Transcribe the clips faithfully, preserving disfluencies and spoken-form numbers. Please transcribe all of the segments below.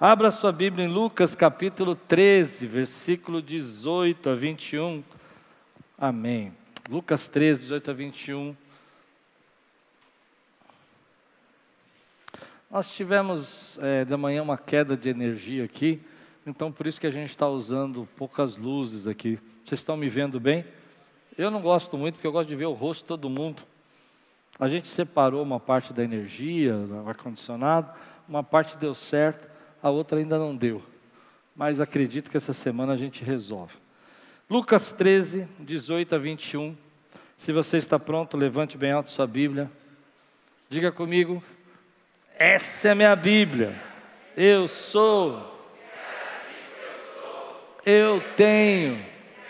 Abra sua Bíblia em Lucas capítulo treze, versículo dezoito a vinte e um. Amém. Lucas treze, dezoito a vinte e um. Nós tivemos é, da manhã uma queda de energia aqui, então por isso que a gente está usando poucas luzes aqui. Vocês estão me vendo bem? Eu não gosto muito, porque eu gosto de ver o rosto de todo mundo. A gente separou uma parte da energia, do ar-condicionado, uma parte deu certo, a outra ainda não deu. Mas acredito que essa semana a gente resolve. Lucas treze, dezoito a vinte e um. Se você está pronto, levante bem alto sua Bíblia. Diga comigo: essa é a minha Bíblia. Eu sou. Eu tenho.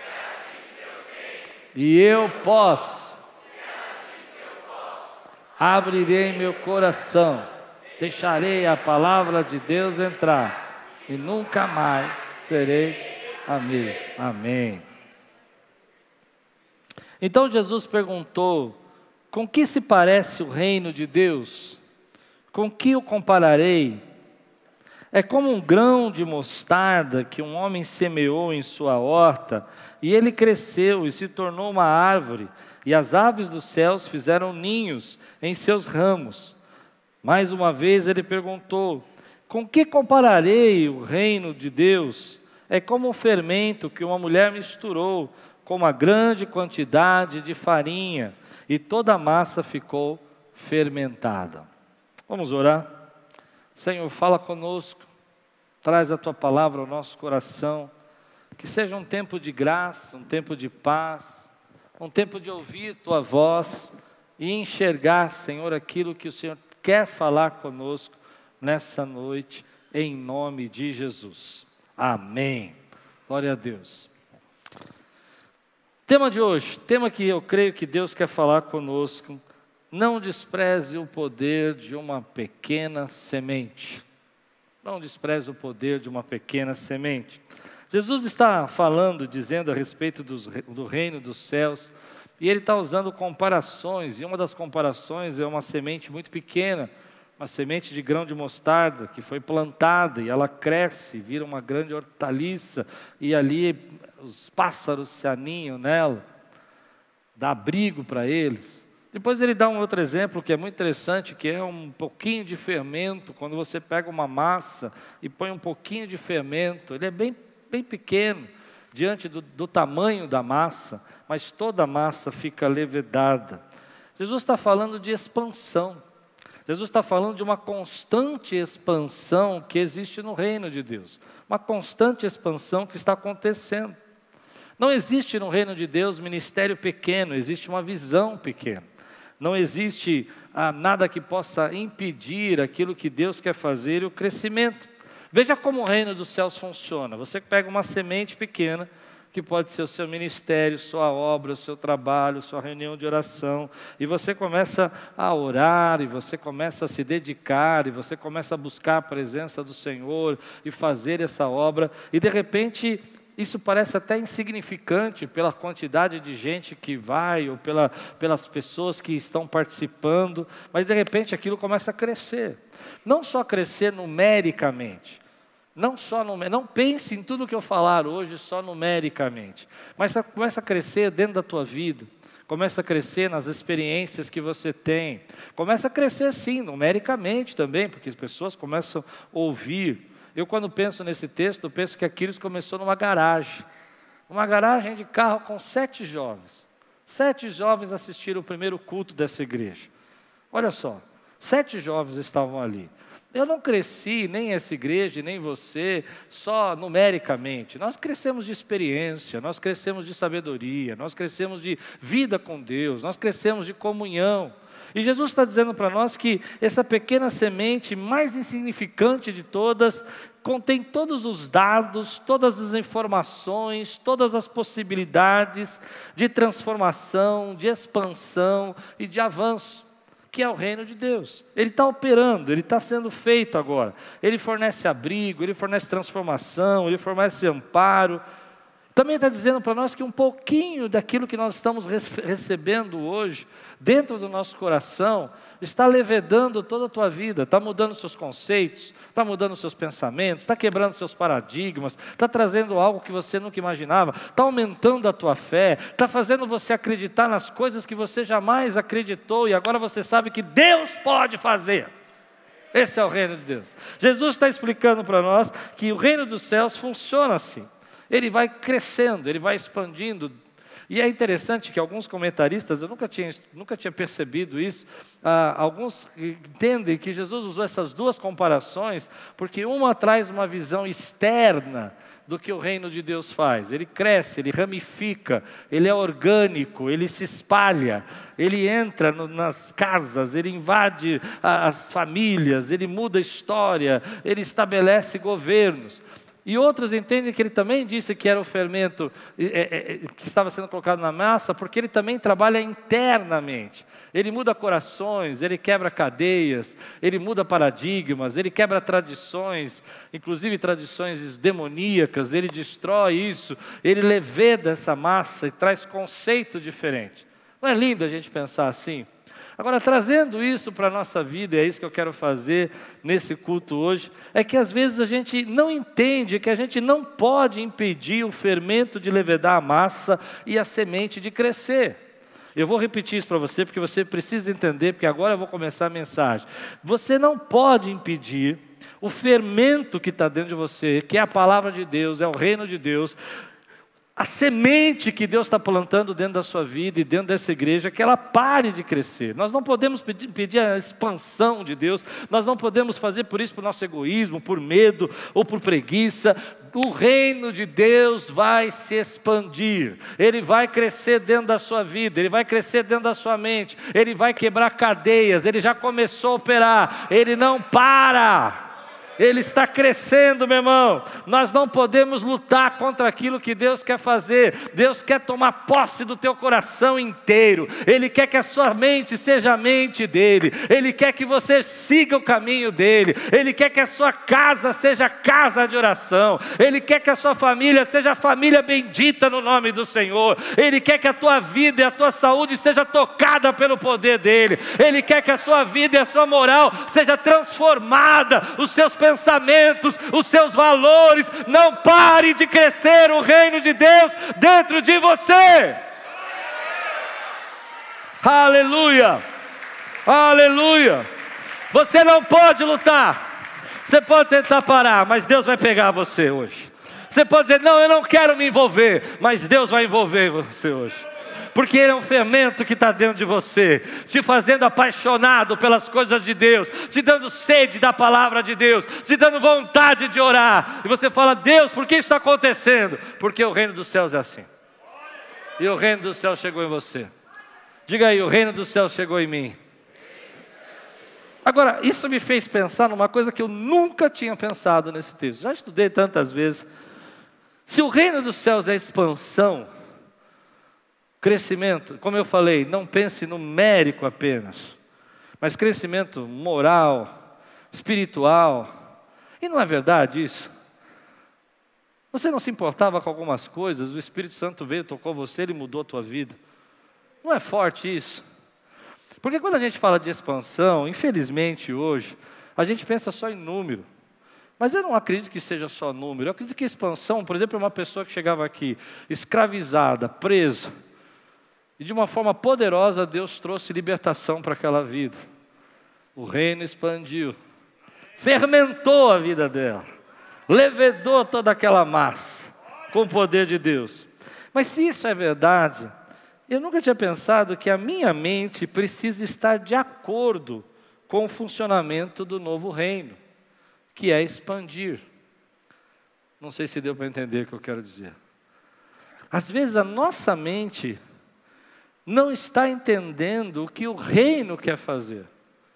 E eu posso. Abrirei meu coração. Deixarei a palavra de Deus entrar. E nunca mais serei a mesma. Amém. Então Jesus perguntou: com que se parece o reino de Deus? Com que o compararei? É como um grão de mostarda que um homem semeou em sua horta, e ele cresceu e se tornou uma árvore, e as aves dos céus fizeram ninhos em seus ramos. Mais uma vez ele perguntou: com que compararei o reino de Deus? É como um fermento que uma mulher misturou com uma grande quantidade de farinha, e toda a massa ficou fermentada. Vamos orar? Senhor, fala conosco, traz a Tua palavra ao nosso coração, que seja um tempo de graça, um tempo de paz, um tempo de ouvir Tua voz e enxergar, Senhor, aquilo que o Senhor quer falar conosco nessa noite, em nome de Jesus. Amém. Glória a Deus. Tema de hoje, tema que eu creio que Deus quer falar conosco: não despreze o poder de uma pequena semente. Não despreze o poder de uma pequena semente. Jesus está falando, dizendo a respeito dos, do reino dos céus, e Ele está usando comparações, e uma das comparações é uma semente muito pequena, uma semente de grão de mostarda, que foi plantada, e ela cresce, vira uma grande hortaliça, e ali os pássaros se aninham nela, dá abrigo para eles. Depois ele dá um outro exemplo que é muito interessante, que é um pouquinho de fermento. Quando você pega uma massa e põe um pouquinho de fermento, ele é bem, bem pequeno, diante do, do tamanho da massa, mas toda a massa fica levedada. Jesus está falando de expansão. Jesus está falando de uma constante expansão que existe no reino de Deus. Uma constante expansão que está acontecendo. Não existe no reino de Deus ministério pequeno, existe uma visão pequena. Não existe ah, nada que possa impedir aquilo que Deus quer fazer e o crescimento. Veja como o reino dos céus funciona. Você pega uma semente pequena, que pode ser o seu ministério, sua obra, o seu trabalho, sua reunião de oração, e você começa a orar, e você começa a se dedicar, e você começa a buscar a presença do Senhor, e fazer essa obra, e de repente isso parece até insignificante pela quantidade de gente que vai, ou pela, pelas pessoas que estão participando, mas de repente aquilo começa a crescer. Não só crescer numericamente, não só numer... não pense em tudo que eu falar hoje só numericamente, mas começa a crescer dentro da tua vida, começa a crescer nas experiências que você tem, começa a crescer sim, numericamente também, porque as pessoas começam a ouvir. Eu, quando penso nesse texto, eu penso que Aquiles começou numa garagem, uma garagem de carro com sete jovens. Sete jovens assistiram o primeiro culto dessa igreja. Olha só, sete jovens estavam ali. Eu não cresci, nem essa igreja, nem você, só numericamente. Nós crescemos de experiência, nós crescemos de sabedoria, nós crescemos de vida com Deus, nós crescemos de comunhão. E Jesus está dizendo para nós que essa pequena semente, mais insignificante de todas, contém todos os dados, todas as informações, todas as possibilidades de transformação, de expansão e de avanço, que é o reino de Deus. Ele está operando, ele está sendo feito agora. Ele fornece abrigo, ele fornece transformação, ele fornece amparo. Também está dizendo para nós que um pouquinho daquilo que nós estamos recebendo hoje, dentro do nosso coração, está levedando toda a tua vida, está mudando seus conceitos, está mudando seus pensamentos, está quebrando seus paradigmas, está trazendo algo que você nunca imaginava, está aumentando a tua fé, está fazendo você acreditar nas coisas que você jamais acreditou e agora você sabe que Deus pode fazer. Esse é o reino de Deus. Jesus está explicando para nós que o reino dos céus funciona assim. Ele vai crescendo, ele vai expandindo. E é interessante que alguns comentaristas, eu nunca tinha, nunca tinha percebido isso, ah, alguns entendem que Jesus usou essas duas comparações, porque uma traz uma visão externa do que o reino de Deus faz. Ele cresce, ele ramifica, ele é orgânico, ele se espalha, ele entra no, nas casas, ele invade a, as famílias, ele muda a história, ele estabelece governos. E outros entendem que ele também disse que era o fermento é, é, que estava sendo colocado na massa, porque ele também trabalha internamente. Ele muda corações, ele quebra cadeias, ele muda paradigmas, ele quebra tradições, inclusive tradições demoníacas, ele destrói isso, ele leveda essa massa e traz conceito diferente. Não é lindo a gente pensar assim? Agora, trazendo isso para a nossa vida, e é isso que eu quero fazer nesse culto hoje, é que às vezes a gente não entende que a gente não pode impedir o fermento de levedar a massa e a semente de crescer. Eu vou repetir isso para você, porque você precisa entender, porque agora eu vou começar a mensagem. Você não pode impedir o fermento que está dentro de você, que é a palavra de Deus, é o reino de Deus, a semente que Deus está plantando dentro da sua vida e dentro dessa igreja, que ela pare de crescer. Nós não podemos pedir, pedir a expansão de Deus, nós não podemos fazer por isso por nosso egoísmo, por medo ou por preguiça. O reino de Deus vai se expandir, ele vai crescer dentro da sua vida, ele vai crescer dentro da sua mente, ele vai quebrar cadeias, ele já começou a operar, ele não para. Ele está crescendo, meu irmão. Nós não podemos lutar contra aquilo que Deus quer fazer. Deus quer tomar posse do teu coração inteiro. Ele quer que a sua mente seja a mente dele. Ele quer que você siga o caminho dele. Ele quer que a sua casa seja casa de oração. Ele quer que a sua família seja família bendita no nome do Senhor. Ele quer que a tua vida e a tua saúde seja tocada pelo poder dele. Ele quer que a sua vida e a sua moral seja transformada. Os seus pensamentos, os seus valores, não pare de crescer o reino de Deus dentro de você. Aleluia, aleluia. Você não pode lutar, você pode tentar parar, mas Deus vai pegar você hoje. Você pode dizer, não, eu não quero me envolver, mas Deus vai envolver você hoje. Porque Ele é um fermento que está dentro de você, te fazendo apaixonado pelas coisas de Deus, te dando sede da palavra de Deus, te dando vontade de orar. E você fala, Deus, por que isso está acontecendo? Porque o reino dos céus é assim. E o reino dos céus chegou em você. Diga aí, o reino dos céus chegou em mim. Agora, isso me fez pensar numa coisa que eu nunca tinha pensado nesse texto. Já estudei tantas vezes. Se o reino dos céus é expansão, crescimento, como eu falei, não pense numérico apenas, mas crescimento moral, espiritual. E não é verdade isso? Você não se importava com algumas coisas, o Espírito Santo veio, tocou você, ele mudou a tua vida. Não é forte isso? Porque quando a gente fala de expansão, infelizmente hoje, a gente pensa só em número. Mas eu não acredito que seja só número. Eu acredito que expansão, por exemplo, é uma pessoa que chegava aqui, escravizada, presa, e de uma forma poderosa Deus trouxe libertação para aquela vida. O reino expandiu, fermentou a vida dela, levedou toda aquela massa com o poder de Deus. Mas se isso é verdade, eu nunca tinha pensado que a minha mente precisa estar de acordo com o funcionamento do novo reino, que é expandir. Não sei se deu para entender o que eu quero dizer. Às vezes a nossa mente não está entendendo o que o reino quer fazer.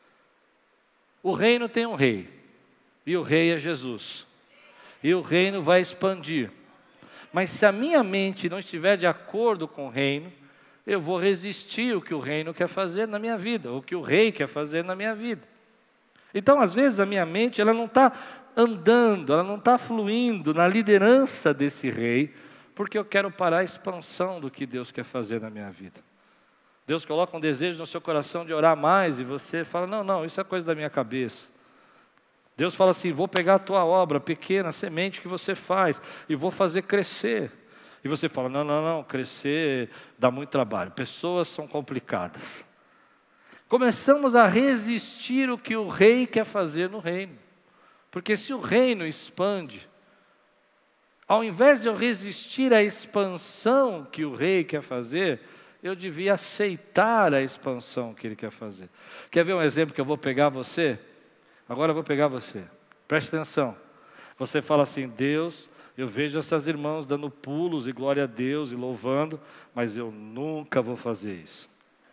O reino tem um rei, e o rei é Jesus, e o reino vai expandir. Mas se a minha mente não estiver de acordo com o reino, eu vou resistir o que o reino quer fazer na minha vida, o que o rei quer fazer na minha vida. Então, às vezes, a minha mente ela não está andando, ela não está fluindo na liderança desse rei, Porque eu quero parar a expansão do que Deus quer fazer na minha vida. Deus coloca um desejo no seu coração de orar mais e você fala, não, não, isso é coisa da minha cabeça. Deus fala assim, vou pegar a tua obra pequena, a semente que você faz e vou fazer crescer. E você fala, não, não, não, crescer dá muito trabalho, pessoas são complicadas. Começamos a resistir o que o rei quer fazer no reino. Porque se o reino expande, ao invés de eu resistir à expansão que o rei quer fazer, eu devia aceitar a expansão que ele quer fazer. Quer ver um exemplo que eu vou pegar você? Agora eu vou pegar você. Preste atenção. Você fala assim, Deus, eu vejo essas irmãs dando pulos e glória a Deus e louvando, mas eu nunca vou fazer isso.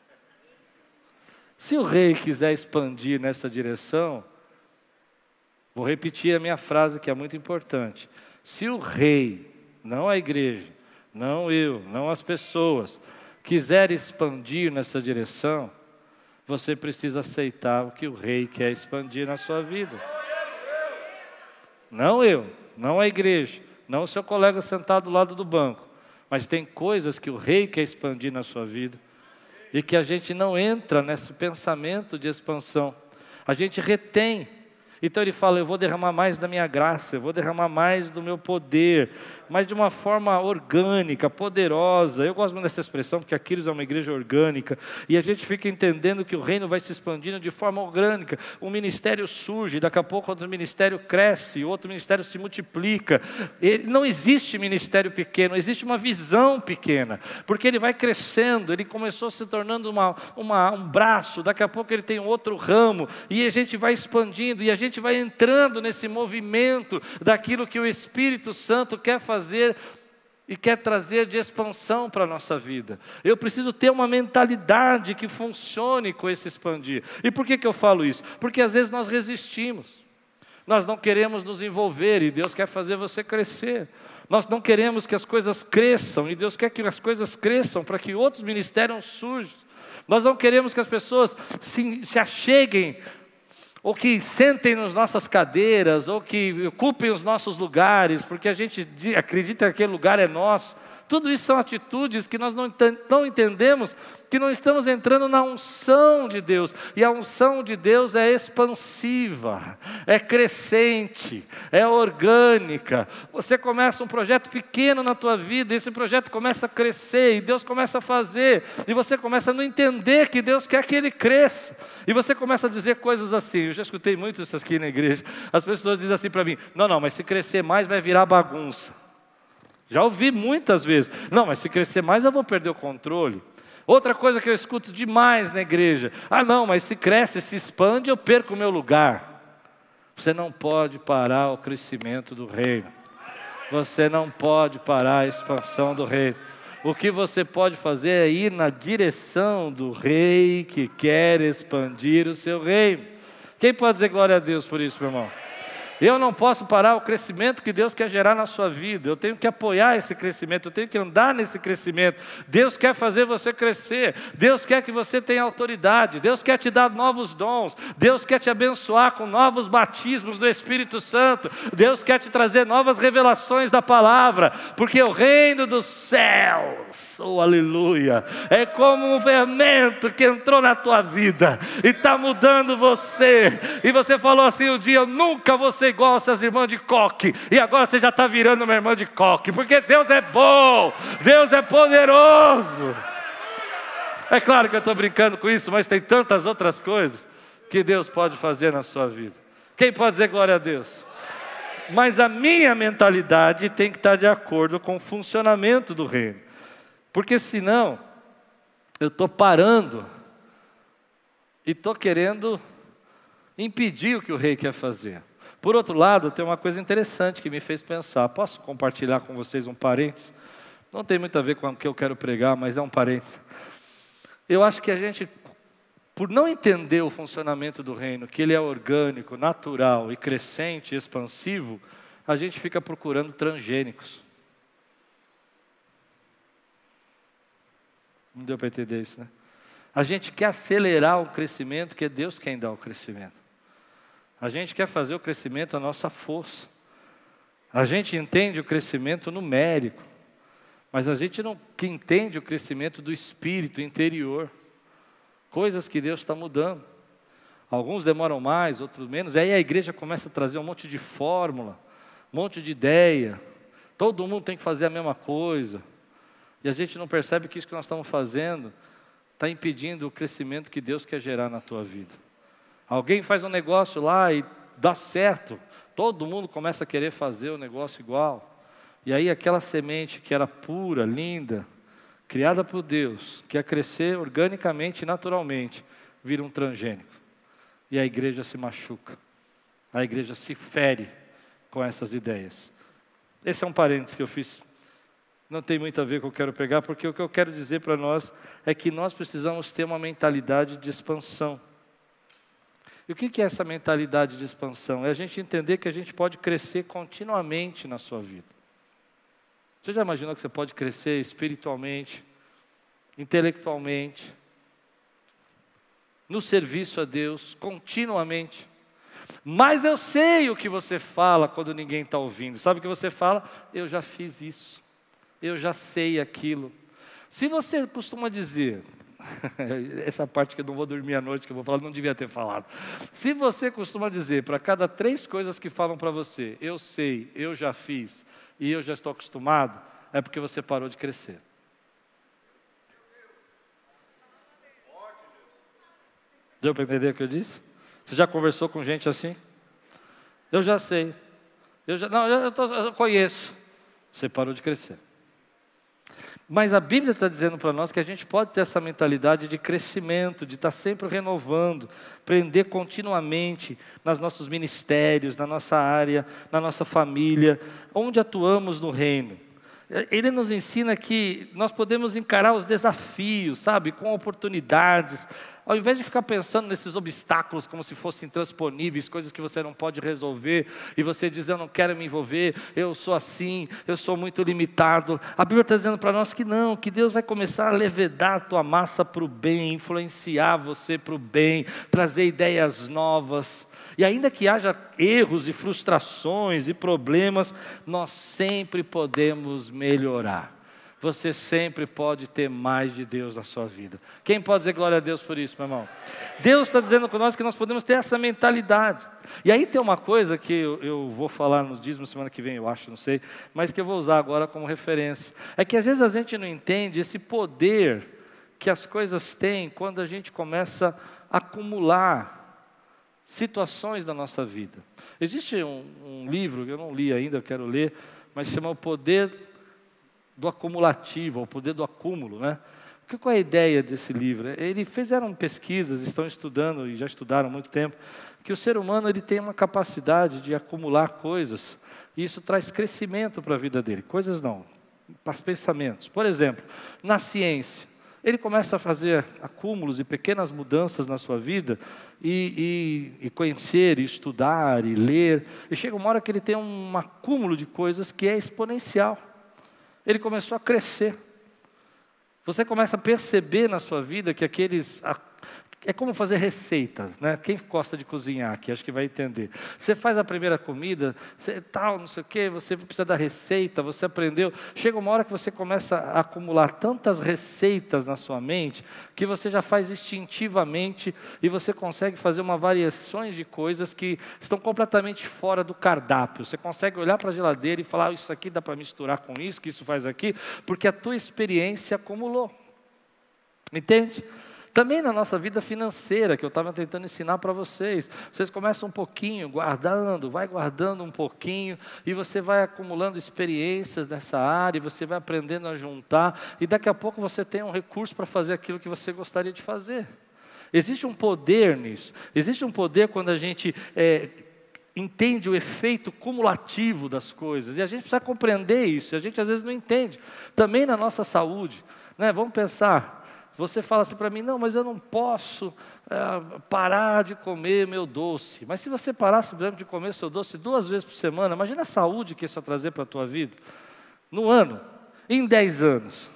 Se o rei quiser expandir nessa direção, vou repetir a minha frase que é muito importante. Se o rei, não a igreja, não eu, não as pessoas, quiser expandir nessa direção, você precisa aceitar o que o rei quer expandir na sua vida. Não eu, não a igreja, não o seu colega sentado do lado do banco, mas tem coisas que o rei quer expandir na sua vida e que a gente não entra nesse pensamento de expansão, a gente retém. Então ele fala, eu vou derramar mais da minha graça, eu vou derramar mais do meu poder, mas de uma forma orgânica, poderosa. Eu gosto muito dessa expressão, porque Aquiles é uma igreja orgânica, e a gente fica entendendo que o reino vai se expandindo de forma orgânica. Um ministério surge, daqui a pouco outro ministério cresce, outro ministério se multiplica. Ele, não existe ministério pequeno, existe uma visão pequena, porque ele vai crescendo, ele começou se tornando uma, uma, um braço, daqui a pouco ele tem um outro ramo, e a gente vai expandindo, e a gente vai entrando nesse movimento daquilo que o Espírito Santo quer fazer e quer trazer de expansão para a nossa vida. Eu preciso ter uma mentalidade que funcione com esse expandir. E por que que eu falo isso? Porque às vezes nós resistimos, nós não queremos nos envolver e Deus quer fazer você crescer. Nós não queremos que as coisas cresçam e Deus quer que as coisas cresçam para que outros ministérios surjam. Nós não queremos que as pessoas se, se acheguem ou que sentem nas nossas cadeiras, ou que ocupem os nossos lugares, porque a gente acredita que aquele lugar é nosso. Tudo isso são atitudes que nós não, não entendemos, que não estamos entrando na unção de Deus. E a unção de Deus é expansiva, é crescente, é orgânica. Você começa um projeto pequeno na tua vida, e esse projeto começa a crescer, e Deus começa a fazer, e você começa a não entender que Deus quer que ele cresça. E você começa a dizer coisas assim, eu já escutei muito isso aqui na igreja, as pessoas dizem assim para mim, não, não, mas se crescer mais vai virar bagunça. Já ouvi muitas vezes, não, mas se crescer mais eu vou perder o controle. Outra coisa que eu escuto demais na igreja, ah não, mas se cresce, se expande, eu perco o meu lugar. Você não pode parar o crescimento do reino, você não pode parar a expansão do reino. O que você pode fazer é ir na direção do rei que quer expandir o seu reino. Quem pode dizer glória a Deus por isso, meu irmão? Eu não posso parar o crescimento que Deus quer gerar na sua vida. Eu tenho que apoiar esse crescimento, eu tenho que andar nesse crescimento. Deus quer fazer você crescer. Deus quer que você tenha autoridade. Deus quer te dar novos dons. Deus quer te abençoar com novos batismos do Espírito Santo. Deus quer te trazer novas revelações da palavra. Porque o reino dos céus, oh aleluia, é como um fermento que entrou na tua vida e está mudando você. E você falou assim um dia, eu nunca vou ser igual essas irmãs de coque, e agora você já está virando uma irmã de coque, porque Deus é bom, Deus é poderoso. É claro que eu estou brincando com isso, mas tem tantas outras coisas que Deus pode fazer na sua vida. Quem pode dizer glória a Deus? Mas a minha mentalidade tem que estar de acordo com o funcionamento do reino, porque senão eu estou parando e estou querendo impedir o que o rei quer fazer. Por outro lado, tem uma coisa interessante que me fez pensar. Posso compartilhar com vocês um parênteses? Não tem muito a ver com o que eu quero pregar, mas é um parênteses. Eu acho que a gente, por não entender o funcionamento do reino, que ele é orgânico, natural e crescente, expansivo, a gente fica procurando transgênicos. Não deu para entender isso, né? A gente quer acelerar o crescimento, que é Deus quem dá o crescimento. A gente quer fazer o crescimento à nossa força. A gente entende o crescimento numérico. Mas a gente não que entende o crescimento do espírito interior, coisas que Deus está mudando. Alguns demoram mais, outros menos, aí a igreja começa a trazer um monte de fórmula, um monte de ideia, todo mundo tem que fazer a mesma coisa, e a gente não percebe que isso que nós estamos fazendo está impedindo o crescimento que Deus quer gerar na tua vida. Alguém faz um negócio lá e dá certo, todo mundo começa a querer fazer o negócio igual, e aí aquela semente que era pura, linda, criada por Deus, que ia crescer organicamente e naturalmente, vira um transgênico. E a igreja se machuca, a igreja se fere com essas ideias. Esse é um parênteses que eu fiz, não tem muito a ver com o que eu quero pegar, porque o que eu quero dizer para nós é que nós precisamos ter uma mentalidade de expansão. E o que é essa mentalidade de expansão? É a gente entender que a gente pode crescer continuamente na sua vida. Você já imaginou que você pode crescer espiritualmente, intelectualmente, no serviço a Deus, continuamente? Mas eu sei o que você fala quando ninguém está ouvindo. Sabe o que você fala? Eu já fiz isso, eu já sei aquilo. Se você costuma dizer, essa parte que eu não vou dormir à noite, que eu vou falar, não devia ter falado. Se você costuma dizer, para cada três coisas que falam para você, eu sei, eu já fiz e eu já estou acostumado, é porque você parou de crescer. Deu para entender o que eu disse? Você já conversou com gente assim? Eu já sei. Eu já, não, eu, tô, eu conheço. Você parou de crescer. Mas a Bíblia está dizendo para nós que a gente pode ter essa mentalidade de crescimento, de estar sempre renovando, aprender continuamente nos nossos ministérios, na nossa área, na nossa família, onde atuamos no reino. Ele nos ensina que nós podemos encarar os desafios, sabe, com oportunidades, ao invés de ficar pensando nesses obstáculos como se fossem intransponíveis, coisas que você não pode resolver, e você diz, eu não quero me envolver, eu sou assim, eu sou muito limitado. A Bíblia está dizendo para nós que não, que Deus vai começar a levedar a tua massa para o bem, influenciar você para o bem, trazer ideias novas. E ainda que haja erros e frustrações e problemas, nós sempre podemos melhorar. Você sempre pode ter mais de Deus na sua vida. Quem pode dizer glória a Deus por isso, meu irmão? Deus está dizendo com nós que nós podemos ter essa mentalidade. E aí tem uma coisa que eu, eu vou falar no dízimo semana que vem, eu acho, não sei, mas que eu vou usar agora como referência. É que às vezes a gente não entende esse poder que as coisas têm quando a gente começa a acumular situações da nossa vida. Existe um, um livro, que eu não li ainda, eu quero ler, mas chama O Poder do Acumulativo, o Poder do Acúmulo, né? Que, qual é a ideia desse livro? Eles fizeram pesquisas, estão estudando e já estudaram há muito tempo, que o ser humano ele tem uma capacidade de acumular coisas, e isso traz crescimento para a vida dele. Coisas não, para pensamentos. Por exemplo, na ciência, ele começa a fazer acúmulos e pequenas mudanças na sua vida, e, e, e conhecer, e estudar, e ler, e chega uma hora que ele tem um acúmulo de coisas que é exponencial. Ele começou a crescer. Você começa a perceber na sua vida que aqueles... É como fazer receitas, né? Quem gosta de cozinhar aqui, acho que vai entender. Você faz a primeira comida, você, tal, não sei o quê, você precisa da receita, você aprendeu. Chega uma hora que você começa a acumular tantas receitas na sua mente, que você já faz instintivamente, e você consegue fazer uma variações de coisas que estão completamente fora do cardápio. Você consegue olhar para a geladeira e falar, ah, isso aqui dá para misturar com isso, que isso faz aqui, porque a tua experiência acumulou. Entende? Também na nossa vida financeira, que eu estava tentando ensinar para vocês. Vocês começam um pouquinho, guardando, vai guardando um pouquinho, e você vai acumulando experiências nessa área, e você vai aprendendo a juntar, e daqui a pouco você tem um recurso para fazer aquilo que você gostaria de fazer. Existe um poder nisso. Existe um poder quando a gente é, entende o efeito cumulativo das coisas, e a gente precisa compreender isso, e a gente às vezes não entende. Também na nossa saúde, né? Vamos pensar... Você fala assim para mim, não, mas eu não posso é, parar de comer meu doce. Mas se você parasse, por exemplo, de comer seu doce duas vezes por semana, imagina a saúde que isso vai trazer para a tua vida. No ano, em dez anos.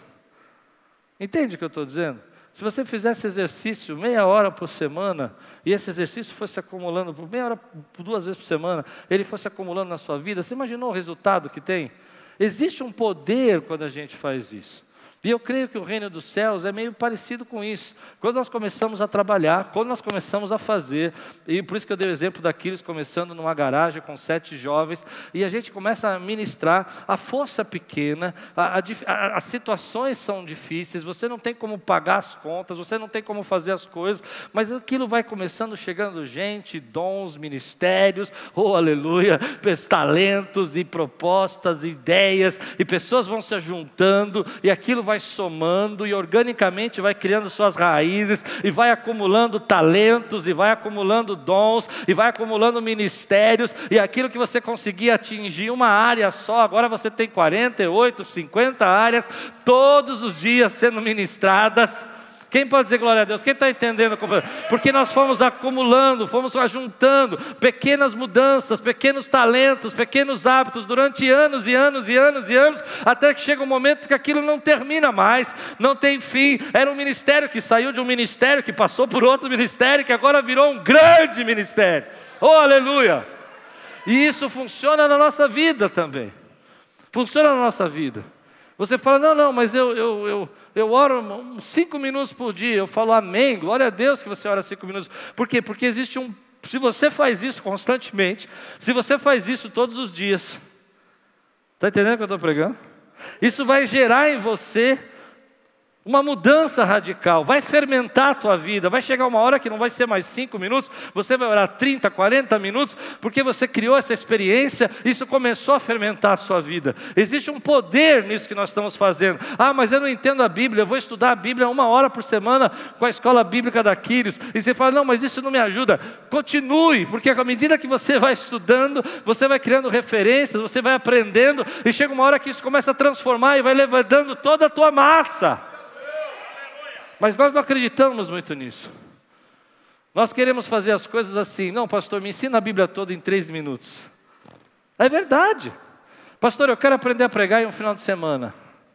Entende o que eu estou dizendo? Se você fizesse exercício meia hora por semana, e esse exercício fosse acumulando por meia hora, por duas vezes por semana, ele fosse acumulando na sua vida, você imaginou o resultado que tem? Existe um poder quando a gente faz isso. E eu creio que o reino dos céus é meio parecido com isso. Quando nós começamos a trabalhar, quando nós começamos a fazer, e por isso que eu dei o exemplo daqueles começando numa garagem com sete jovens, e a gente começa a ministrar, a força pequena, a, a, as situações são difíceis, você não tem como pagar as contas, você não tem como fazer as coisas, mas aquilo vai começando, chegando gente, dons, ministérios, oh aleluia, talentos e propostas, ideias, e pessoas vão se juntando, e aquilo vai somando e organicamente vai criando suas raízes e vai acumulando talentos e vai acumulando dons e vai acumulando ministérios, e aquilo que você conseguia atingir uma área só, agora você tem quarenta e oito, cinquenta áreas todos os dias sendo ministradas. Quem pode dizer glória a Deus? Quem está entendendo? Porque nós fomos acumulando, fomos ajuntando pequenas mudanças, pequenos talentos, pequenos hábitos durante anos e anos e anos e anos, até que chega um momento que aquilo não termina mais, não tem fim. Era um ministério que saiu de um ministério, que passou por outro ministério, que agora virou um grande ministério. Oh, aleluia! E isso funciona na nossa vida também. Funciona na nossa vida. Você fala, não, não, mas eu, eu, eu, eu oro cinco minutos por dia. Eu falo, amém, glória a Deus que você ora cinco minutos. Por quê? Porque existe um... Se você faz isso constantemente, se você faz isso todos os dias, está entendendo o que eu estou pregando? Isso vai gerar em você uma mudança radical, vai fermentar a tua vida, vai chegar uma hora que não vai ser mais cinco minutos, você vai orar trinta, quarenta minutos, porque você criou essa experiência, isso começou a fermentar a sua vida. Existe um poder nisso que nós estamos fazendo. Ah, mas eu não entendo a Bíblia, eu vou estudar a Bíblia uma hora por semana com a escola bíblica da Quírios, e você fala, não, mas isso não me ajuda. Continue, porque à medida que você vai estudando, você vai criando referências, você vai aprendendo, e chega uma hora que isso começa a transformar e vai levantando toda a tua massa. Mas nós não acreditamos muito nisso. Nós queremos fazer as coisas assim. Não, pastor, me ensina a Bíblia toda em três minutos. É verdade. Pastor, eu quero aprender a pregar em um final de semana.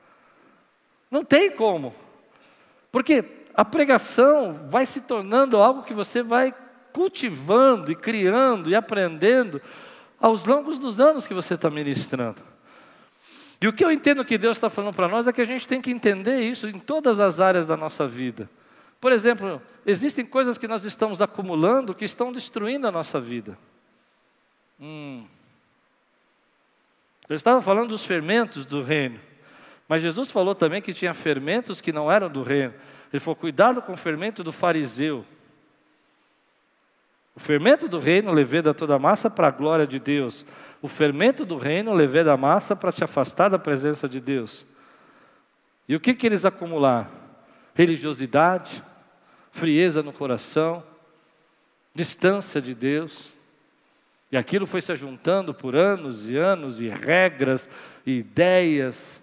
Não tem como. Porque a pregação vai se tornando algo que você vai cultivando e criando e aprendendo aos longos dos anos que você está ministrando. E o que eu entendo que Deus está falando para nós é que a gente tem que entender isso em todas as áreas da nossa vida. Por exemplo, existem coisas que nós estamos acumulando que estão destruindo a nossa vida. Hum. Eu estava falando dos fermentos do reino, mas Jesus falou também que tinha fermentos que não eram do reino. Ele falou, cuidado com o fermento do fariseu. O fermento do reino leveda toda a massa para a glória de Deus. O fermento do reino leveda a massa para te afastar da presença de Deus. E o que que eles acumularam? Religiosidade, frieza no coração, distância de Deus. E aquilo foi se ajuntando por anos e anos, e regras, e ideias,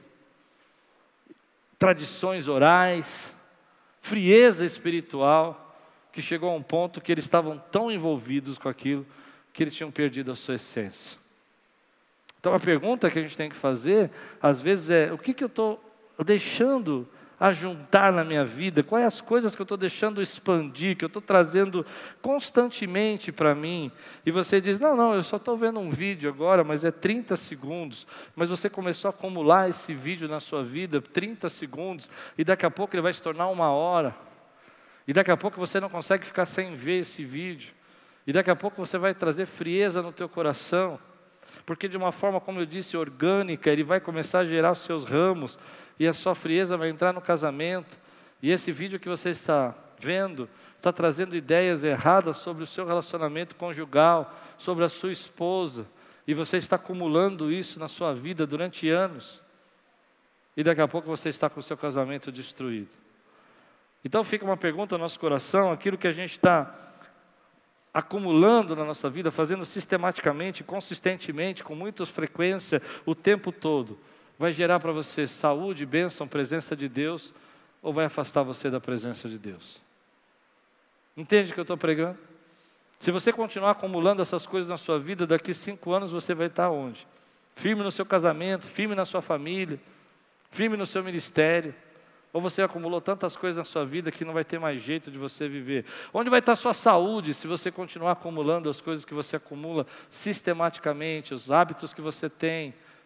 tradições orais, frieza espiritual, que chegou a um ponto que eles estavam tão envolvidos com aquilo, que eles tinham perdido a sua essência. Então a pergunta que a gente tem que fazer, às vezes é, o que que eu estou deixando ajuntar na minha vida? Quais as coisas que eu estou deixando expandir, que eu estou trazendo constantemente para mim? E você diz, não, não, eu só estou vendo um vídeo agora, mas é trinta segundos. Mas você começou a acumular esse vídeo na sua vida, trinta segundos, e daqui a pouco ele vai se tornar uma hora. E daqui a pouco você não consegue ficar sem ver esse vídeo. E daqui a pouco você vai trazer frieza no teu coração. Porque de uma forma, como eu disse, orgânica, ele vai começar a gerar os seus ramos. E a sua frieza vai entrar no casamento. E esse vídeo que você está vendo, está trazendo ideias erradas sobre o seu relacionamento conjugal, sobre a sua esposa. E você está acumulando isso na sua vida durante anos. E daqui a pouco você está com o seu casamento destruído. Então fica uma pergunta no nosso coração, aquilo que a gente está acumulando na nossa vida, fazendo sistematicamente, consistentemente, com muita frequência, o tempo todo, vai gerar para você saúde, bênção, presença de Deus, ou vai afastar você da presença de Deus? Entende o que eu estou pregando? Se você continuar acumulando essas coisas na sua vida, daqui cinco anos você vai estar onde? Firme no seu casamento, firme na sua família, firme no seu ministério. Ou você acumulou tantas coisas na sua vida que não vai ter mais jeito de você viver? Onde vai estar a sua saúde se você continuar acumulando as coisas que você acumula sistematicamente, os hábitos que você tem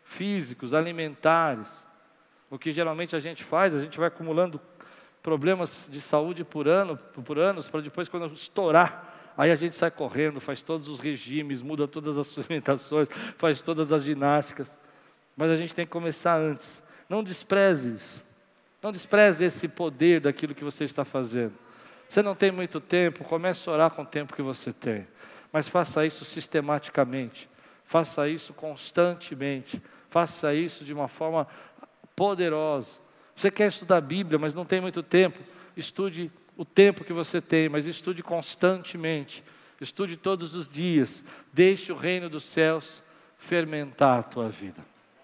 físicos, alimentares. O que geralmente a gente faz, a gente vai acumulando problemas de saúde por ano, por anos, para depois, quando estourar, aí a gente sai correndo, faz todos os regimes, muda todas as suplementações, faz todas as ginásticas. Mas a gente tem que começar antes. Não despreze isso. Não despreze esse poder daquilo que você está fazendo. Você não tem muito tempo, comece a orar com o tempo que você tem. Mas faça isso sistematicamente. Faça isso constantemente. Faça isso de uma forma poderosa. Você quer estudar a Bíblia, mas não tem muito tempo. Estude o tempo que você tem, mas estude constantemente. Estude todos os dias. Deixe o reino dos céus fermentar a tua vida.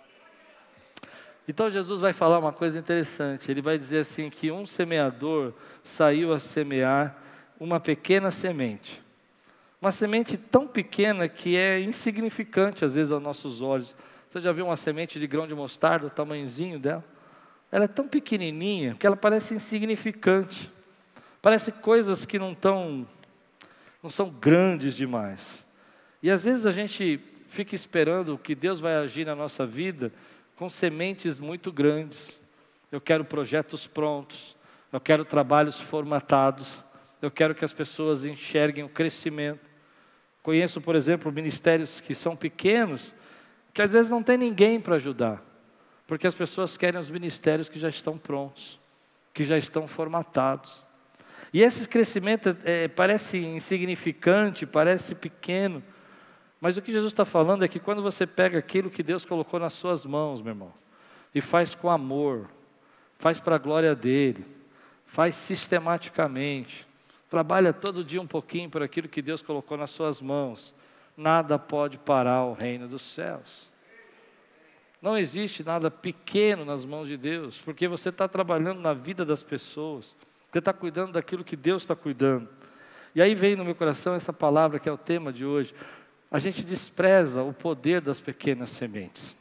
Então Jesus vai falar uma coisa interessante. Ele vai dizer assim que um semeador saiu a semear uma pequena semente. Uma semente tão pequena que é insignificante às vezes aos nossos olhos. Você já viu uma semente de grão de mostarda, o tamanhozinho dela? Ela é tão pequenininha que ela parece insignificante. Parece coisas que não tão, não são grandes demais. E às vezes a gente fica esperando que Deus vai agir na nossa vida com sementes muito grandes. Eu quero projetos prontos, eu quero trabalhos formatados, eu quero que as pessoas enxerguem o crescimento. Conheço, por exemplo, ministérios que são pequenos, que às vezes não tem ninguém para ajudar, porque as pessoas querem os ministérios que já estão prontos, que já estão formatados. E esse crescimento é, parece insignificante, parece pequeno, mas o que Jesus está falando é que quando você pega aquilo que Deus colocou nas suas mãos, meu irmão, e faz com amor, faz para a glória dEle, faz sistematicamente, trabalha todo dia um pouquinho por aquilo que Deus colocou nas suas mãos, nada pode parar o reino dos céus. Não existe nada pequeno nas mãos de Deus, porque você está trabalhando na vida das pessoas, você está cuidando daquilo que Deus está cuidando. E aí vem no meu coração essa palavra que é o tema de hoje. A gente despreza o poder das pequenas sementes.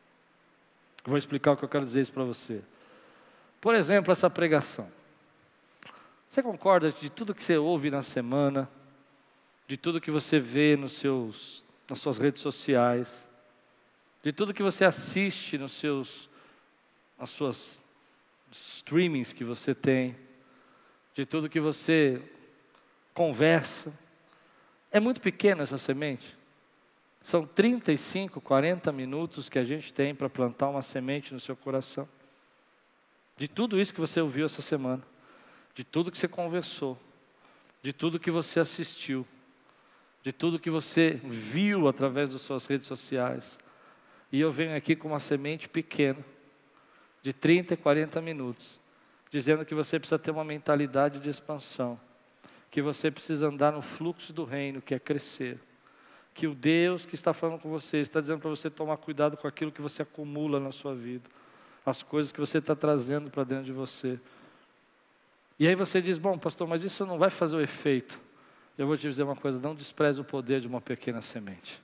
Eu vou explicar o que eu quero dizer isso para você. Por exemplo, essa pregação. Você concorda de tudo que você ouve na semana, de tudo que você vê nos seus, nas suas redes sociais, de tudo que você assiste nos seus, nas suas streamings que você tem, de tudo que você conversa? É muito pequena essa semente. São trinta e cinco, quarenta minutos que a gente tem para plantar uma semente no seu coração. De tudo isso que você ouviu essa semana, de tudo que você conversou, de tudo que você assistiu, de tudo que você viu através das suas redes sociais. E eu venho aqui com uma semente pequena, de trinta e quarenta minutos, dizendo que você precisa ter uma mentalidade de expansão, que você precisa andar no fluxo do reino, que é crescer. Que o Deus que está falando com você, está dizendo para você tomar cuidado com aquilo que você acumula na sua vida, as coisas que você está trazendo para dentro de você. E aí você diz, bom pastor, mas isso não vai fazer o efeito. Eu vou te dizer uma coisa, não despreze o poder de uma pequena semente.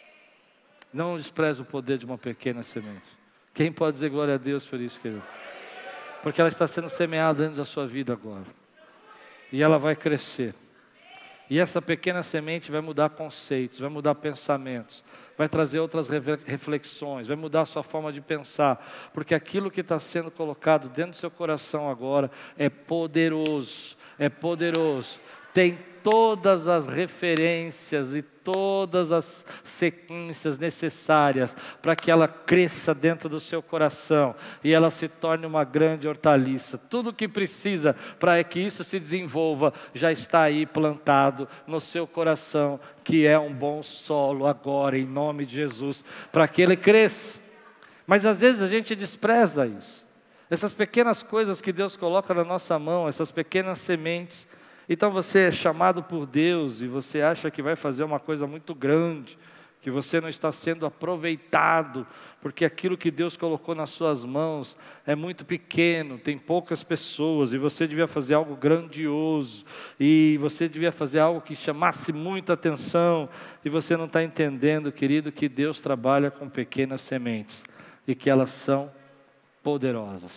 Não despreze o poder de uma pequena semente. Quem pode dizer glória a Deus por isso, querido? Porque ela está sendo semeada dentro da sua vida agora. E ela vai crescer. E essa pequena semente vai mudar conceitos, vai mudar pensamentos, vai trazer outras reflexões, vai mudar a sua forma de pensar, porque aquilo que está sendo colocado dentro do seu coração agora é poderoso, é poderoso, tem todas as referências e todas as sequências necessárias para que ela cresça dentro do seu coração e ela se torne uma grande hortaliça. Tudo o que precisa para que isso se desenvolva já está aí plantado no seu coração, que é um bom solo agora, em nome de Jesus, para que ele cresça. Mas às vezes a gente despreza isso. Essas pequenas coisas que Deus coloca na nossa mão, essas pequenas sementes. Então você é chamado por Deus e você acha que vai fazer uma coisa muito grande, que você não está sendo aproveitado, porque aquilo que Deus colocou nas suas mãos é muito pequeno, tem poucas pessoas, e você devia fazer algo grandioso, e você devia fazer algo que chamasse muita atenção, e você não está entendendo, querido, que Deus trabalha com pequenas sementes, e que elas são poderosas.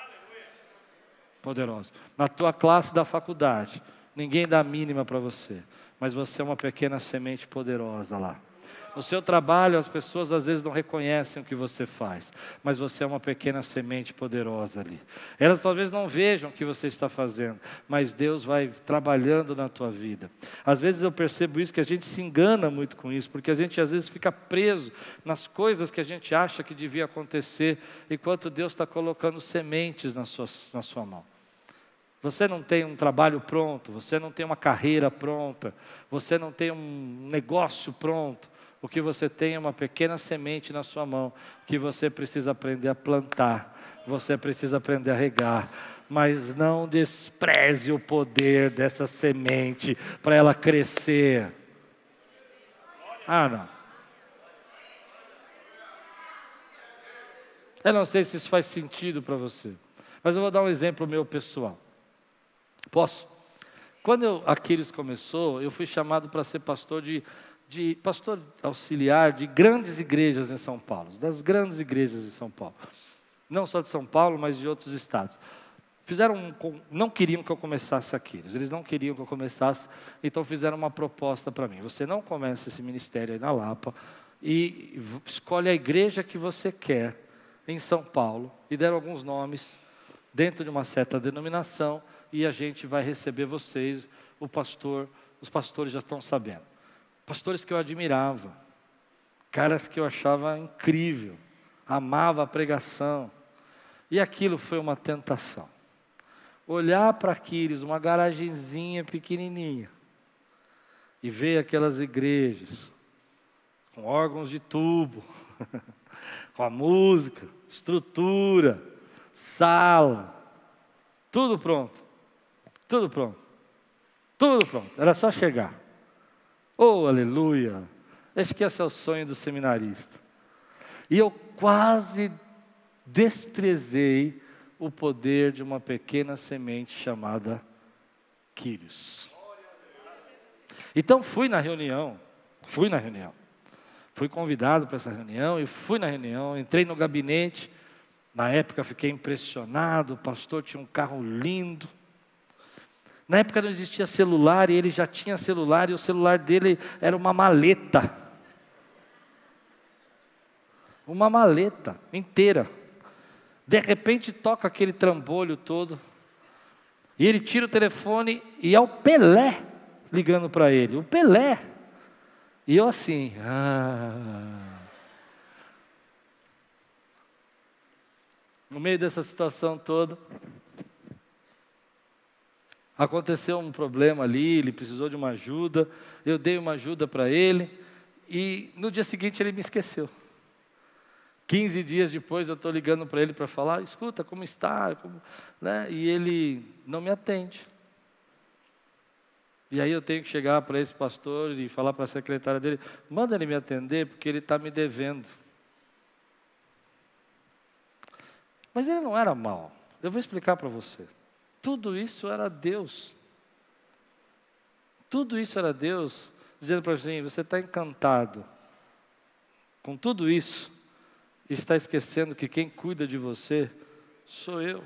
Poderosas. Na tua classe da faculdade, ninguém dá a mínima para você, mas você é uma pequena semente poderosa lá. No seu trabalho, as pessoas às vezes não reconhecem o que você faz, mas você é uma pequena semente poderosa ali. Elas talvez não vejam o que você está fazendo, mas Deus vai trabalhando na tua vida. Às vezes eu percebo isso, que a gente se engana muito com isso, porque a gente às vezes fica preso nas coisas que a gente acha que devia acontecer, enquanto Deus está colocando sementes na sua, na sua mão. Você não tem um trabalho pronto, você não tem uma carreira pronta, você não tem um negócio pronto. O que você tem é uma pequena semente na sua mão, que você precisa aprender a plantar, você precisa aprender a regar, mas não despreze o poder dessa semente para ela crescer. Ah, não. Eu não sei se isso faz sentido para você, mas eu vou dar um exemplo meu pessoal. Posso? Quando eu, Aquiles começou, eu fui chamado para ser pastor de... de pastor auxiliar de grandes igrejas em São Paulo, das grandes igrejas em São Paulo, não só de São Paulo, mas de outros estados. Fizeram, um, não queriam que eu começasse aqui, eles não queriam que eu começasse, então fizeram uma proposta para mim: você não começa esse ministério aí na Lapa, e escolhe a igreja que você quer em São Paulo, e deram alguns nomes, dentro de uma certa denominação, e a gente vai receber vocês, o pastor, os pastores já estão sabendo. Pastores que eu admirava, caras que eu achava incrível, amava a pregação, e aquilo foi uma tentação. Olhar para Aquiles, uma garagenzinha pequenininha, e ver aquelas igrejas, com órgãos de tubo, com a música, estrutura, sala, tudo pronto, tudo pronto, tudo pronto, era só chegar. Oh, aleluia! Acho que esse é o sonho do seminarista. E eu quase desprezei o poder de uma pequena semente chamada Quírios. Então fui na reunião, fui na reunião. Fui convidado para essa reunião e fui na reunião, entrei no gabinete. Na época fiquei impressionado, o pastor tinha um carro lindo. Na época não existia celular e ele já tinha celular, e o celular dele era uma maleta. Uma maleta inteira. De repente toca aquele trambolho todo, e ele tira o telefone e é o Pelé ligando para ele, o Pelé. E eu assim, ah. No meio dessa situação toda, aconteceu um problema ali, ele precisou de uma ajuda, eu dei uma ajuda para ele, e no dia seguinte ele me esqueceu. quinze dias depois eu estou ligando para ele para falar: escuta, como está? Como, né? E ele não me atende. E aí eu tenho que chegar para esse pastor e falar para a secretária dele: manda ele me atender, porque ele está me devendo. Mas ele não era mau. Eu vou explicar para você. Tudo isso era Deus. Tudo isso era Deus dizendo para você: você está encantado com tudo isso, e está esquecendo que quem cuida de você sou eu.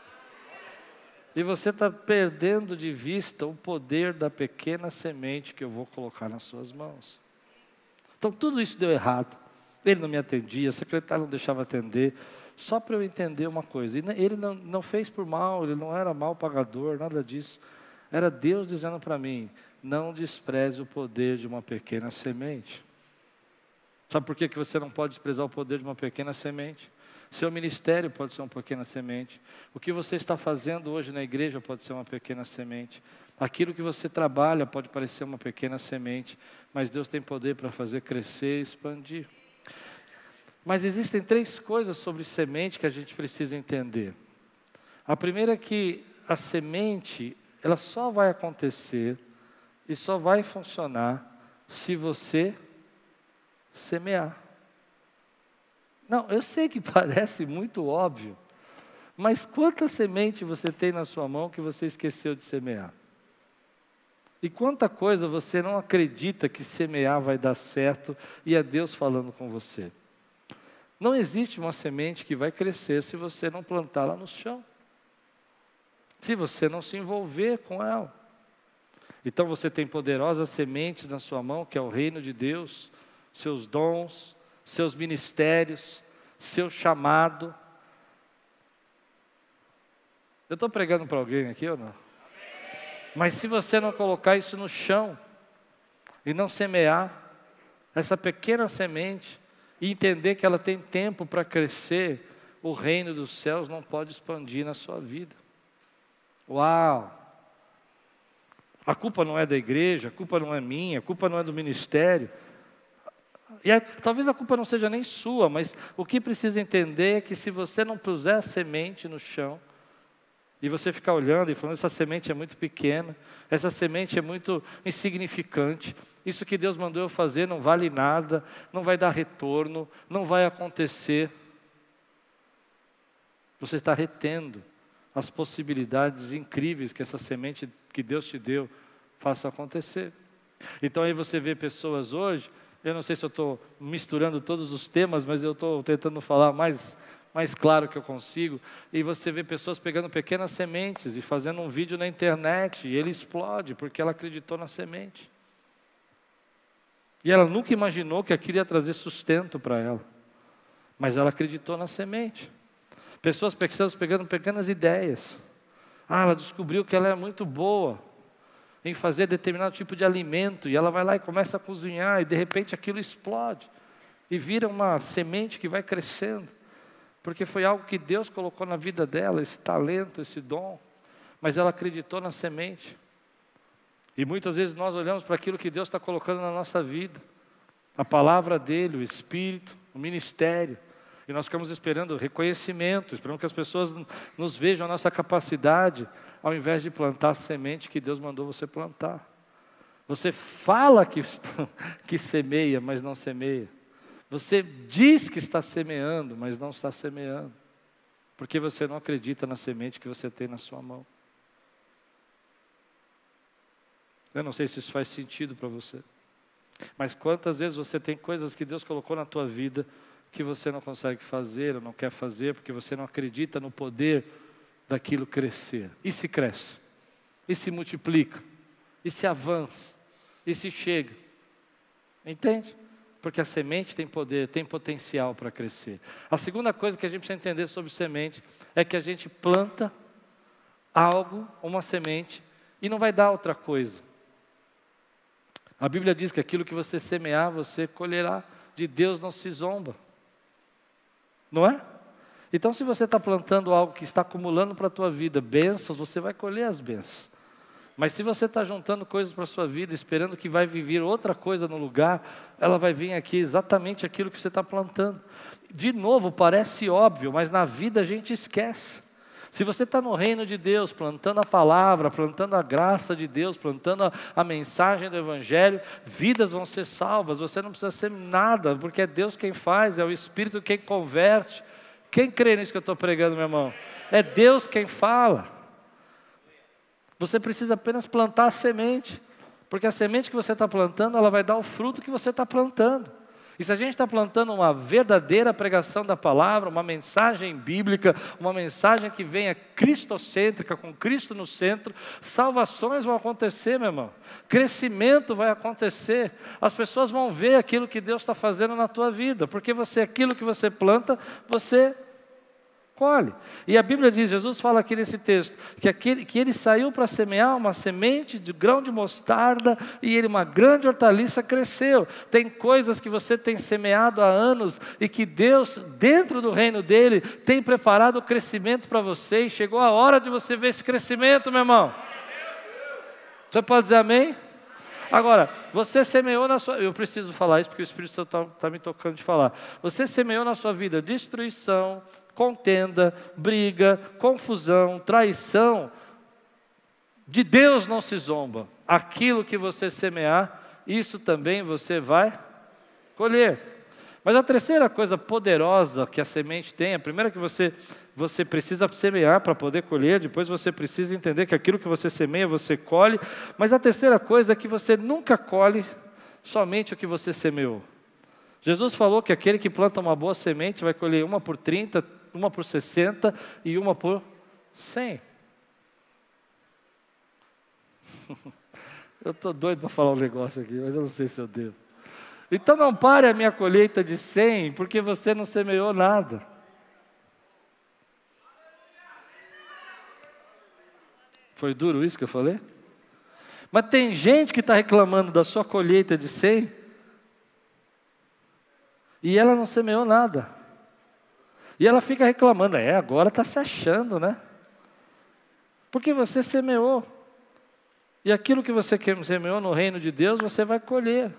E você está perdendo de vista o poder da pequena semente que eu vou colocar nas suas mãos. Então tudo isso deu errado. Ele não me atendia, a secretária não deixava atender, só para eu entender uma coisa. E ele não, não fez por mal, ele não era mal pagador, nada disso. Era Deus dizendo para mim: não despreze o poder de uma pequena semente. Sabe por que que você não pode desprezar o poder de uma pequena semente? Seu ministério pode ser uma pequena semente. O que você está fazendo hoje na igreja pode ser uma pequena semente. Aquilo que você trabalha pode parecer uma pequena semente, mas Deus tem poder para fazer crescer e expandir. Mas existem três coisas sobre semente que a gente precisa entender. A primeira é que a semente, ela só vai acontecer e só vai funcionar se você semear. Não, eu sei que parece muito óbvio, mas quanta semente você tem na sua mão que você esqueceu de semear? E quanta coisa você não acredita que semear vai dar certo e é Deus falando com você? Não existe uma semente que vai crescer se você não plantá-la no chão, se você não se envolver com ela. Então você tem poderosas sementes na sua mão, que é o reino de Deus. seus dons, seus ministérios, seu chamado. Eu estou pregando para alguém aqui ou não? Mas se você não colocar isso no chão e não semear essa pequena semente e entender que ela tem tempo para crescer, o reino dos céus não pode expandir na sua vida. Uau! A culpa não é da igreja, a culpa não é minha, a culpa não é do ministério. E a, talvez a culpa não seja nem sua, mas o que precisa entender é que se você não puser a semente no chão, e você ficar olhando e falando, essa semente é muito pequena, essa semente é muito insignificante, isso que Deus mandou eu fazer não vale nada, não vai dar retorno, não vai acontecer. Você está retendo as possibilidades incríveis que essa semente que Deus te deu faça acontecer. Então aí você vê pessoas hoje, eu não sei se eu estou misturando todos os temas, mas eu estou tentando falar mais... mais claro que eu consigo, e você vê pessoas pegando pequenas sementes e fazendo um vídeo na internet, e ele explode, porque ela acreditou na semente. E ela nunca imaginou que aquilo ia trazer sustento para ela, mas ela acreditou na semente. Pessoas pegando pequenas ideias. Ah, ela descobriu que ela é muito boa em fazer determinado tipo de alimento, e ela vai lá e começa a cozinhar, e de repente aquilo explode, e vira uma semente que vai crescendo. Porque foi algo que Deus colocou na vida dela, esse talento, esse dom. Mas ela acreditou na semente. E muitas vezes nós olhamos para aquilo que Deus está colocando na nossa vida. A palavra dEle, o Espírito, o ministério. E nós ficamos esperando reconhecimento, esperando que as pessoas nos vejam a nossa capacidade, ao invés de plantar a semente que Deus mandou você plantar. Você fala que, que semeia, mas não semeia. Você diz que está semeando, mas não está semeando, porque você não acredita na semente que você tem na sua mão. Eu não sei se isso faz sentido para você, mas quantas vezes você tem coisas que Deus colocou na tua vida que você não consegue fazer ou não quer fazer, porque você não acredita no poder daquilo crescer. E se cresce, e se multiplica, e se avança, e se chega, entende? Porque a semente tem poder, tem potencial para crescer. A segunda coisa que a gente precisa entender sobre semente é que a gente planta algo, uma semente, e não vai dar outra coisa. A Bíblia diz que aquilo que você semear, você colherá. De Deus não se zomba. Não é? Então, se você está plantando algo que está acumulando para a tua vida bênçãos, você vai colher as bênçãos. Mas se você está juntando coisas para a sua vida, esperando que vai vir outra coisa no lugar, ela vai vir aqui exatamente aquilo que você está plantando. De novo, parece óbvio, mas na vida a gente esquece. Se você está no reino de Deus, plantando a palavra, plantando a graça de Deus, plantando a, a mensagem do Evangelho, vidas vão ser salvas, você não precisa ser nada, porque é Deus quem faz, é o Espírito quem converte. Quem crê nisso que eu estou pregando, meu irmão? É Deus quem fala. Você precisa apenas plantar a semente, porque a semente que você está plantando, ela vai dar o fruto que você está plantando. E se a gente está plantando uma verdadeira pregação da palavra, uma mensagem bíblica, uma mensagem que venha cristocêntrica, com Cristo no centro, salvações vão acontecer, meu irmão. Crescimento vai acontecer. As pessoas vão ver aquilo que Deus está fazendo na tua vida, porque você, aquilo que você planta, você colhe. E a Bíblia diz, Jesus fala aqui nesse texto, que, aquele, que ele saiu para semear uma semente de grão de mostarda, e ele, uma grande hortaliça, cresceu. Tem coisas que você tem semeado há anos, e que Deus, dentro do reino dele, tem preparado o crescimento para você, e chegou a hora de você ver esse crescimento, meu irmão. Você pode dizer amém? Agora, você semeou na sua... Eu preciso falar isso porque o Espírito Santo está tá me tocando de falar. Você semeou na sua vida destruição, contenda, briga, confusão, traição. De Deus não se zomba. Aquilo que você semear, isso também você vai colher. Mas a terceira coisa poderosa que a semente tem, a primeira que você, você precisa semear para poder colher, depois você precisa entender que aquilo que você semeia, você colhe, mas a terceira coisa é que você nunca colhe somente o que você semeou. Jesus falou que aquele que planta uma boa semente vai colher uma por trinta, uma por sessenta e uma por cem. Eu estou doido para falar um negócio aqui, mas eu não sei se eu devo. Então não pare a minha colheita de cem, porque você não semeou nada. Foi duro isso que eu falei? Mas tem gente que está reclamando da sua colheita de cem, e ela não semeou nada. E ela fica reclamando, é, agora está se achando, né? Porque você semeou. E aquilo que você semeou no reino de Deus, você vai colher.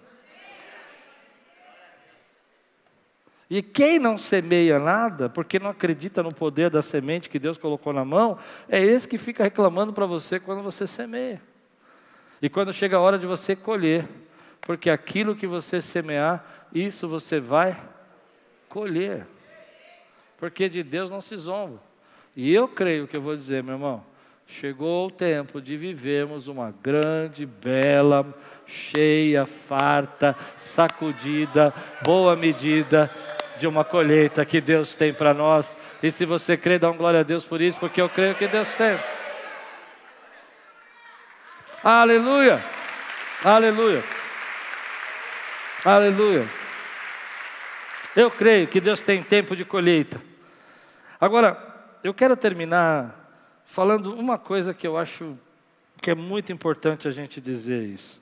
E quem não semeia nada, porque não acredita no poder da semente que Deus colocou na mão, é esse que fica reclamando para você quando você semeia. E quando chega a hora de você colher, porque aquilo que você semear, isso você vai colher. Porque de Deus não se zomba. E eu creio que eu vou dizer, meu irmão, chegou o tempo de vivermos uma grande, bela, cheia, farta, sacudida, boa medida de uma colheita que Deus tem para nós. E se você crê, dá um glória a Deus por isso, porque eu creio que Deus tem. Aleluia! Aleluia! Aleluia! Eu creio que Deus tem tempo de colheita. Agora, eu quero terminar falando uma coisa que eu acho que é muito importante a gente dizer isso.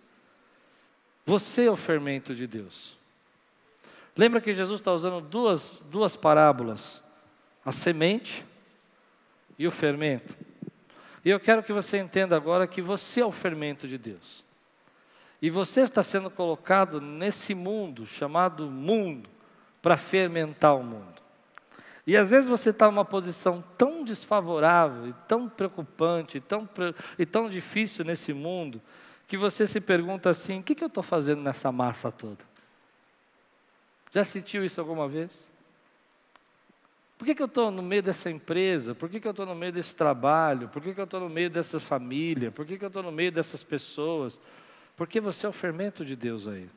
Você é o fermento de Deus. Lembra que Jesus está usando duas, duas parábolas, a semente e o fermento. E eu quero que você entenda agora que você é o fermento de Deus. E você está sendo colocado nesse mundo, chamado mundo, para fermentar o mundo. E às vezes você está numa posição tão desfavorável, e tão preocupante, e tão, e tão difícil nesse mundo, que você se pergunta assim, o que, que eu estou fazendo nessa massa toda? Já sentiu isso alguma vez? Por que, que eu estou no meio dessa empresa? Por que, que eu estou no meio desse trabalho? Por que, que eu estou no meio dessa família? Por que, que eu estou no meio dessas pessoas? Porque você é o fermento de Deus aí.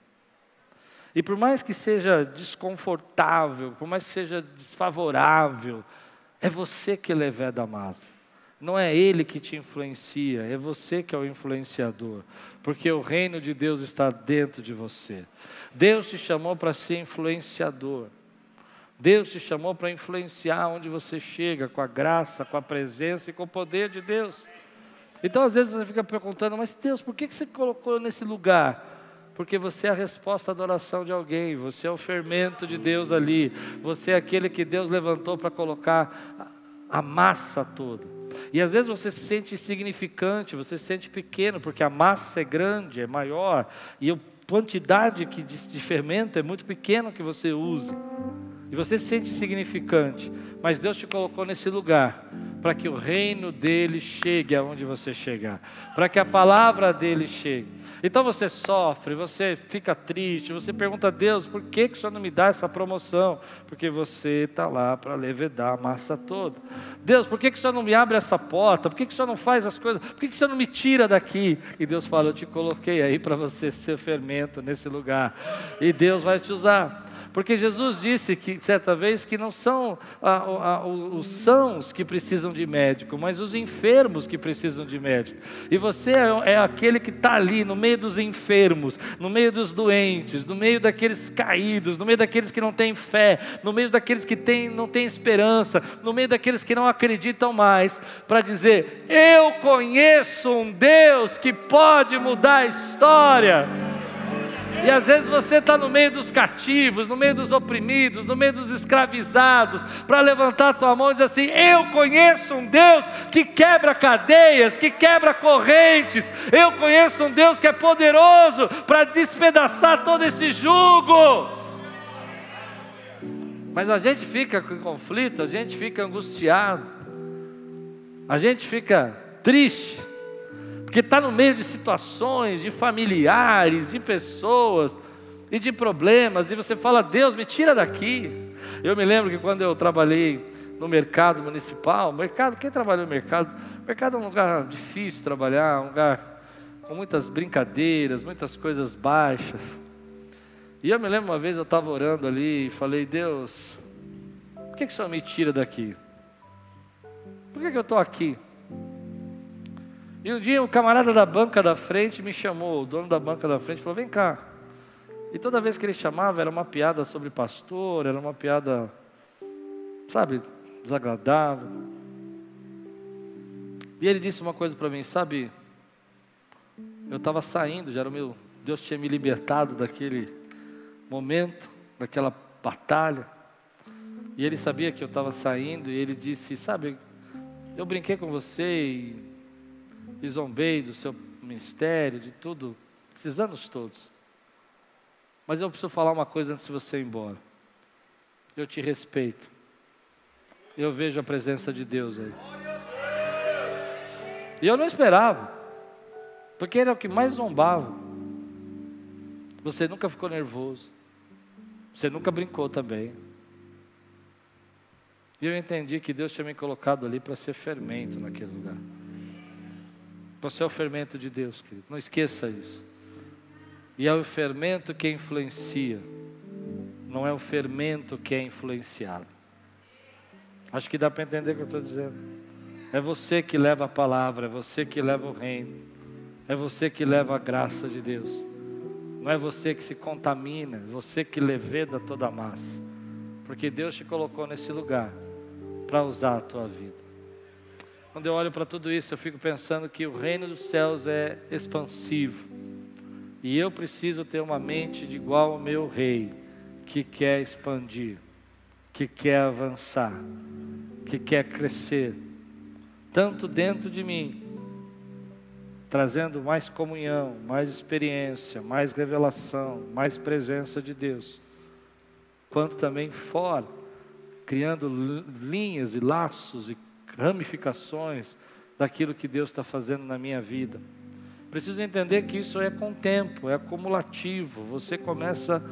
E por mais que seja desconfortável, por mais que seja desfavorável, é você que leveda a massa. Não é ele que te influencia, é você que é o influenciador. Porque o reino de Deus está dentro de você. Deus te chamou para ser influenciador. Deus te chamou para influenciar onde você chega, com a graça, com a presença e com o poder de Deus. Então às vezes você fica perguntando, mas Deus, por que você me colocou nesse lugar? Porque você é a resposta à oração de alguém, você é o fermento de Deus ali, você é aquele que Deus levantou para colocar a massa toda. E às vezes você se sente insignificante, você se sente pequeno, porque a massa é grande, é maior, e a quantidade de, de fermento é muito pequena que você usa. E você se sente insignificante, mas Deus te colocou nesse lugar, para que o reino dele chegue aonde você chegar, para que a palavra dele chegue. Então você sofre, você fica triste, você pergunta a Deus, por que, que o Senhor não me dá essa promoção? Porque você está lá para levedar a massa toda. Deus, por que, que o Senhor não me abre essa porta? Por que, que o Senhor não faz as coisas? Por que, que o Senhor não me tira daqui? E Deus fala, eu te coloquei aí para você ser fermento nesse lugar. E Deus vai te usar. Porque Jesus disse que certa vez que não são ah, ah, os sãos que precisam de médico, mas os enfermos que precisam de médico. E você é, é aquele que está ali no meio dos enfermos, no meio dos doentes, no meio daqueles caídos, no meio daqueles que não têm fé, no meio daqueles que têm, não têm esperança, no meio daqueles que não acreditam mais, para dizer, eu conheço um Deus que pode mudar a história. E às vezes você está no meio dos cativos, no meio dos oprimidos, no meio dos escravizados, para levantar a tua mão e dizer assim, eu conheço um Deus que quebra cadeias, que quebra correntes, eu conheço um Deus que é poderoso para despedaçar todo esse jugo. Mas a gente fica com conflito, a gente fica angustiado, a gente fica triste, porque está no meio de situações, de familiares, de pessoas e de problemas, e você fala, Deus, me tira daqui. Eu me lembro que quando eu trabalhei no mercado municipal, mercado, quem trabalhou no mercado? O mercado é um lugar difícil de trabalhar, um lugar com muitas brincadeiras, muitas coisas baixas. E eu me lembro uma vez eu estava orando ali e falei, Deus, por que, que o Senhor me tira daqui? Por que, que eu estou aqui? E um dia o camarada da banca da frente me chamou, o dono da banca da frente falou, vem cá, E toda vez que ele chamava, era uma piada sobre pastor, era uma piada, sabe, desagradável. E ele disse uma coisa para mim, sabe, eu estava saindo, já era o meu, Deus tinha me libertado daquele momento, daquela batalha. E ele sabia que eu estava saindo, e ele disse, sabe, eu brinquei com você e, e zombei do seu ministério, de tudo, esses anos todos. Mas eu preciso falar uma coisa antes de você ir embora. Eu te respeito. Eu vejo a presença de Deus aí. E eu não esperava, porque ele é o que mais zombava. Você nunca ficou nervoso. Você nunca brincou também. E eu entendi que Deus tinha me colocado ali para ser fermento naquele lugar. Você é o fermento de Deus, querido. Não esqueça isso. E é o fermento que influencia. Não é o fermento que é influenciado. Acho que dá para entender o que eu estou dizendo. É você que leva a palavra, é você que leva o reino. É você que leva a graça de Deus. Não é você que se contamina, é você que leveda toda a massa. Porque Deus te colocou nesse lugar para usar a tua vida. Quando eu olho para tudo isso, eu fico pensando que o reino dos céus é expansivo. E eu preciso ter uma mente de igual ao meu rei, que quer expandir, que quer avançar, que quer crescer, tanto dentro de mim, trazendo mais comunhão, mais experiência, mais revelação, mais presença de Deus, quanto também fora, criando linhas e laços e ramificações daquilo que Deus está fazendo na minha vida. Preciso entender que isso é com o tempo, é acumulativo. Você começa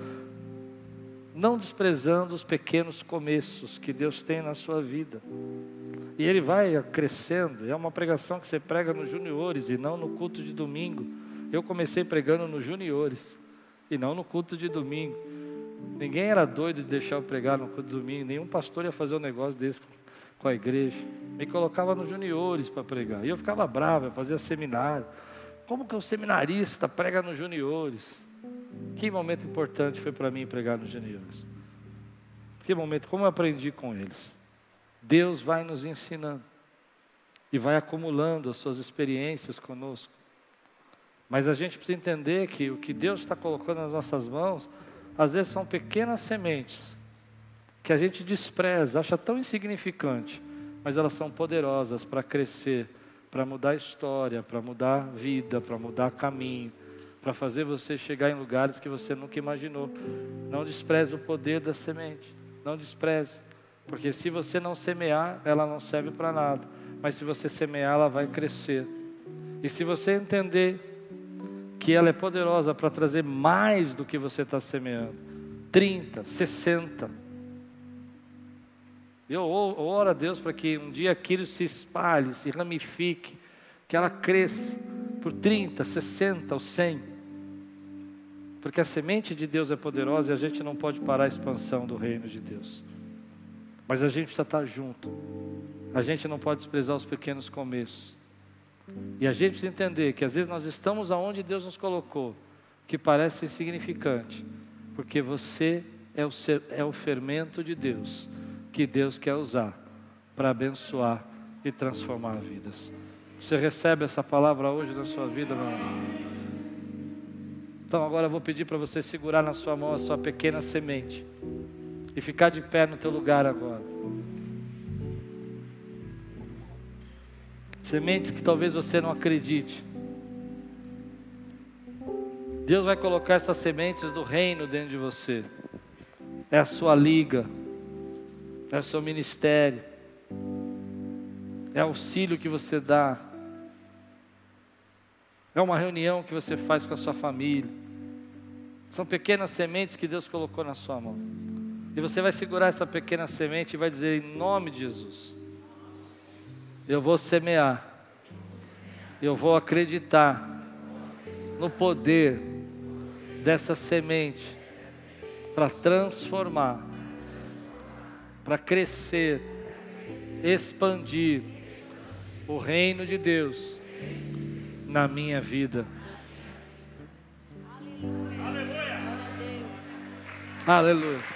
não desprezando os pequenos começos que Deus tem na sua vida. E Ele vai crescendo. É uma pregação que você prega nos juniores e não no culto de domingo. Eu comecei pregando nos juniores e não no culto de domingo. Ninguém era doido de deixar eu pregar no culto de domingo. Nenhum pastor ia fazer um negócio desse com a igreja. Me colocava nos juniores para pregar. E eu ficava bravo, eu fazia seminário. Como que um seminarista prega nos juniores? Que momento importante foi para mim pregar nos juniores. Que momento, como eu aprendi com eles. Deus vai nos ensinando. E vai acumulando as suas experiências conosco. Mas a gente precisa entender que o que Deus está colocando nas nossas mãos, às vezes são pequenas sementes, que a gente despreza, acha tão insignificante, mas elas são poderosas para crescer, para mudar a história, para mudar a vida, para mudar caminho, para fazer você chegar em lugares que você nunca imaginou. Não despreze o poder da semente, não despreze, porque se você não semear, ela não serve para nada, mas se você semear, ela vai crescer. E se você entender que ela é poderosa para trazer mais do que você está semeando, trinta, sessenta, eu oro a Deus para que um dia aquilo se espalhe, se ramifique, que ela cresça por trinta, sessenta ou cem. Porque a semente de Deus é poderosa e a gente não pode parar a expansão do reino de Deus. Mas a gente precisa estar junto. A gente não pode desprezar os pequenos começos. E a gente precisa entender que às vezes nós estamos aonde Deus nos colocou, que parece insignificante, porque você é o, ser, é o fermento de Deus, que Deus quer usar para abençoar e transformar vidas. Você recebe essa palavra hoje na sua vida, meu irmão? Então agora eu vou pedir para você segurar na sua mão a sua pequena semente e ficar de pé no teu lugar agora. Sementes que talvez você não acredite. Deus vai colocar essas sementes do reino dentro de você. É a sua liga, é o seu ministério, é auxílio que você dá, é uma reunião que você faz com a sua família. São pequenas sementes que Deus colocou na sua mão. E você vai segurar essa pequena semente e vai dizer: em nome de Jesus, eu vou semear, eu vou acreditar no poder dessa semente para transformar, para crescer, expandir o reino de Deus na minha vida. Aleluia. Aleluia.